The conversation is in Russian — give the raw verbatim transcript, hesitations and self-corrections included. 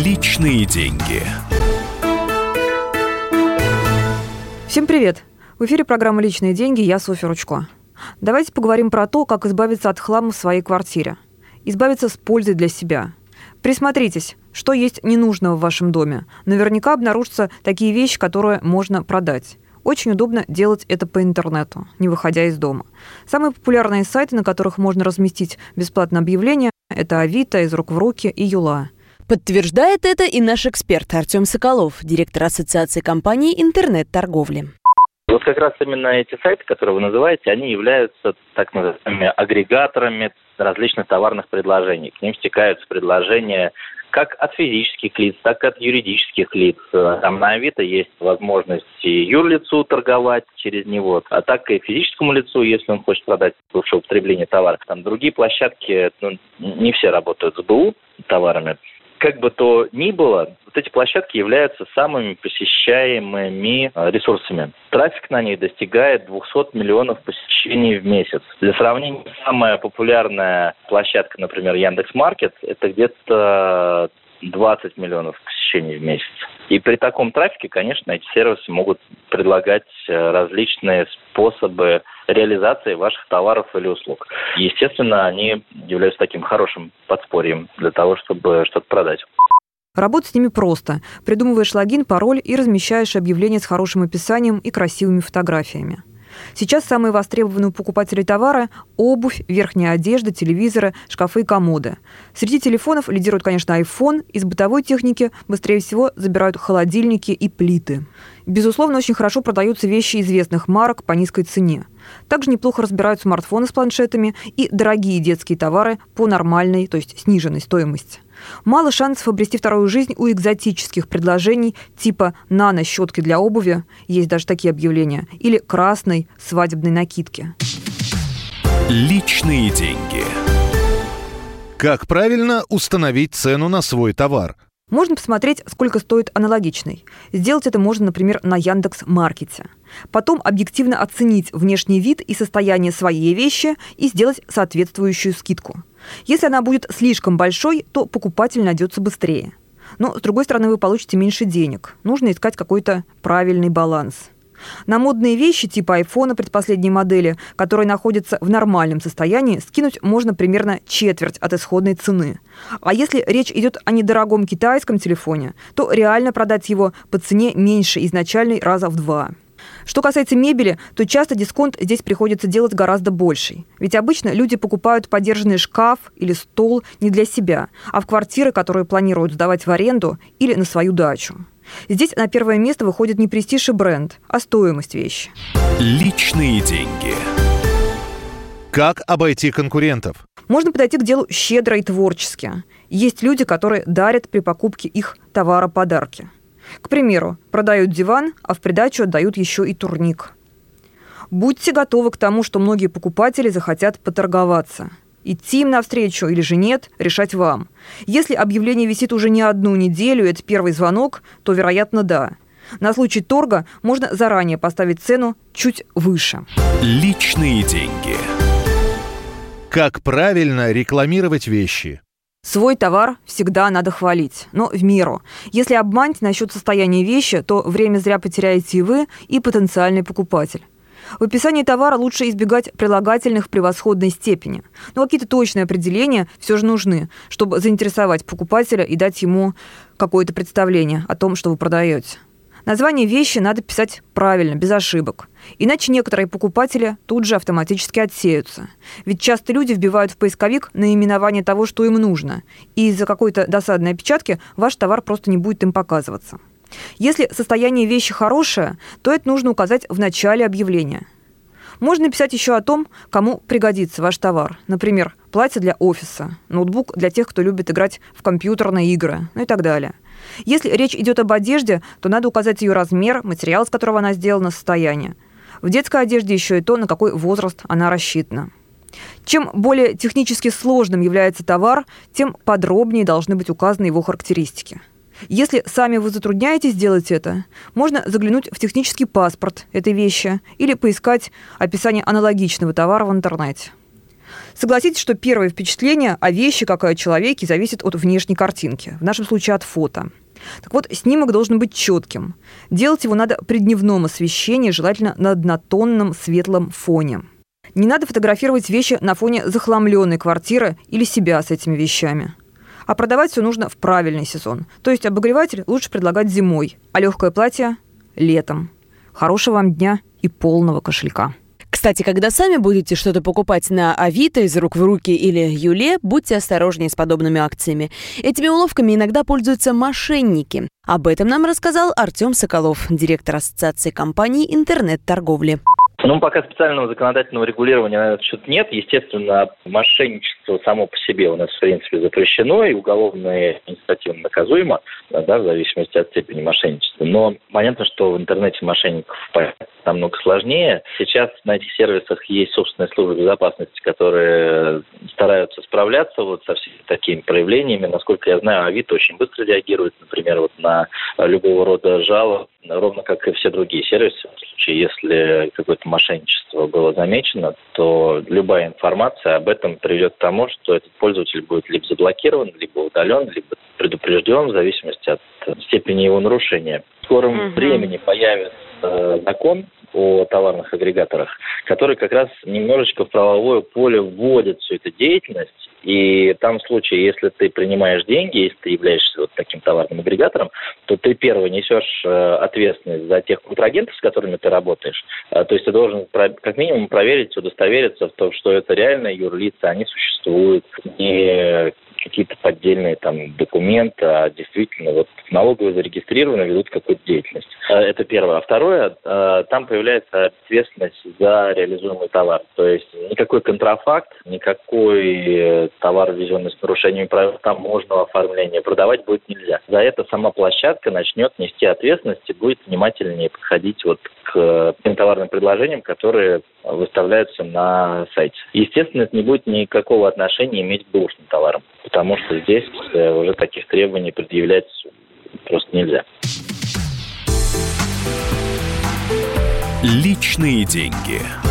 Личные деньги. Всем привет! В эфире программа «Личные деньги», я Софья Ручко. Давайте поговорим про то, как избавиться от хлама в своей квартире. Избавиться с пользой для себя. Присмотритесь, что есть ненужного в вашем доме. Наверняка обнаружатся такие вещи, которые можно продать. Очень удобно делать это по интернету, не выходя из дома. Самые популярные сайты, на которых можно разместить бесплатное объявление, это Авито, Из рук в руки и Юла. Подтверждает это и наш эксперт Артем Соколов, директор Ассоциации компаний интернет-торговли. Вот как раз именно эти сайты, которые вы называете, они являются так называемыми агрегаторами различных товарных предложений. К ним стекаются предложения как от физических лиц, так и от юридических лиц. Там на Авито есть возможность и юрлицу торговать через него, а так и физическому лицу, если он хочет продать лучшее употребление товаров. Там другие площадки, ну, не все работают с БУ товарами. Как бы то ни было, вот эти площадки являются самыми посещаемыми ресурсами. Трафик на них достигает двести миллионов посещений в месяц. Для сравнения, самая популярная площадка, например, Яндекс.Маркет, это где-то двадцать миллионов посещений в месяц. И при таком трафике, конечно, эти сервисы могут предлагать различные способы реализации ваших товаров или услуг. Естественно, они являются таким хорошим подспорьем для того, чтобы что-то продать. Работать с ними просто. Придумываешь логин, пароль и размещаешь объявления с хорошим описанием и красивыми фотографиями. Сейчас самые востребованные у покупателей товары – обувь, верхняя одежда, телевизоры, шкафы и комоды. Среди телефонов лидирует, конечно, iPhone. Из бытовой техники быстрее всего забирают холодильники и плиты. Безусловно, очень хорошо продаются вещи известных марок по низкой цене. Также неплохо разбирают смартфоны с планшетами и дорогие детские товары по нормальной, то есть сниженной стоимости. Мало шансов обрести вторую жизнь у экзотических предложений типа нано-щетки для обуви, есть даже такие объявления, или красной свадебной накидки. Личные деньги. Как правильно установить цену на свой товар? Можно посмотреть, сколько стоит аналогичный. Сделать это можно, например, на Яндекс.Маркете. Потом объективно оценить внешний вид и состояние своей вещи и сделать соответствующую скидку. Если она будет слишком большой, то покупатель найдется быстрее. Но, с другой стороны, вы получите меньше денег. Нужно искать какой-то правильный баланс. На модные вещи типа айфона предпоследней модели, которые находятся в нормальном состоянии, скинуть можно примерно четверть от исходной цены. А если речь идет о недорогом китайском телефоне, то реально продать его по цене меньше изначальной раза в два. Что касается мебели, то часто дисконт здесь приходится делать гораздо больший. Ведь обычно люди покупают подержанный шкаф или стол не для себя, а в квартиры, которые планируют сдавать в аренду или на свою дачу. Здесь на первое место выходит не престиж и бренд, а стоимость вещи. Личные деньги. Как обойти конкурентов? Можно подойти к делу щедро и творчески. Есть люди, которые дарят при покупке их товара подарки. К примеру, продают диван, а в придачу отдают еще и турник. Будьте готовы к тому, что многие покупатели захотят поторговаться. Идти им навстречу или же нет, решать вам. Если объявление висит уже не одну неделю, и это первый звонок, то, вероятно, да. На случай торга можно заранее поставить цену чуть выше. Личные деньги. Как правильно рекламировать вещи? Свой товар всегда надо хвалить, но в меру. Если обманете насчет состояния вещи, то время зря потеряете и вы, и потенциальный покупатель. В описании товара лучше избегать прилагательных превосходной степени. Но какие-то точные определения все же нужны, чтобы заинтересовать покупателя и дать ему какое-то представление о том, что вы продаете. Название вещи надо писать правильно, без ошибок. Иначе некоторые покупатели тут же автоматически отсеются. Ведь часто люди вбивают в поисковик наименование того, что им нужно, и из-за какой-то досадной опечатки ваш товар просто не будет им показываться. Если состояние вещи хорошее, то это нужно указать в начале объявления. Можно писать еще о том, кому пригодится ваш товар. Например, платье для офиса, ноутбук для тех, кто любит играть в компьютерные игры, ну и так далее. Если речь идет об одежде, то надо указать ее размер, материал, из которого она сделана, состояние. В детской одежде еще и то, на какой возраст она рассчитана. Чем более технически сложным является товар, тем подробнее должны быть указаны его характеристики. Если сами вы затрудняетесь сделать это, можно заглянуть в технический паспорт этой вещи или поискать описание аналогичного товара в интернете. Согласитесь, что первое впечатление о вещи, как и о человеке, зависит от внешней картинки, в нашем случае от фото. Так вот, снимок должен быть четким. Делать его надо при дневном освещении, желательно на однотонном светлом фоне. Не надо фотографировать вещи на фоне захламленной квартиры или себя с этими вещами. А продавать все нужно в правильный сезон. То есть обогреватель лучше предлагать зимой, а легкое платье – летом. Хорошего вам дня и полного кошелька. Кстати, когда сами будете что-то покупать на Авито из рук в руки или Юле, будьте осторожнее с подобными акциями. Этими уловками иногда пользуются мошенники. Об этом нам рассказал Артем Соколов, директор Ассоциации компаний интернет-торговли. Ну, пока специального законодательного регулирования на этот счет нет. Естественно, мошенничество само по себе у нас, в принципе, запрещено и уголовно и административно наказуемо, да, в зависимости от степени мошенничества. Но понятно, что в интернете мошенников намного сложнее. Сейчас на этих сервисах есть собственные службы безопасности, которые стараются справляться вот со всеми такими проявлениями. Насколько я знаю, Авито очень быстро реагирует, например, вот на любого рода жалобы, ровно как и все другие сервисы. В случае, если какое-то мошенничество было замечено, то любая информация об этом приведет к тому, что этот пользователь будет либо заблокирован, либо удален, либо предупрежден, в зависимости от степени его нарушения. В скором uh-huh. времени появится э, закон о товарных агрегаторах, который как раз немножечко в правовое поле вводит всю эту деятельность. И там в случае, если ты принимаешь деньги, если ты являешься вот таким товарным агрегатором, то ты, первый, несешь э, ответственность за тех контрагентов, с которыми ты работаешь. Э, то есть ты должен про- как минимум проверить, удостовериться в том, что это реально юрлица, они существуют, не какие-то поддельные там документы, а действительно вот налоговые зарегистрированы, ведут какую-то деятельность. Это первое. А второе, там появляется ответственность за реализуемый товар. То есть никакой контрафакт, никакой товар, ввезенный с нарушением правил таможенного оформления, продавать будет нельзя. За это сама площадка начнет нести ответственность и будет внимательнее подходить вот к тем товарным предложениям, которые выставляются на сайте. Естественно, это не будет никакого отношения иметь к бэушным товарам, потому что здесь уже таких требований предъявлять просто нельзя. Личные деньги.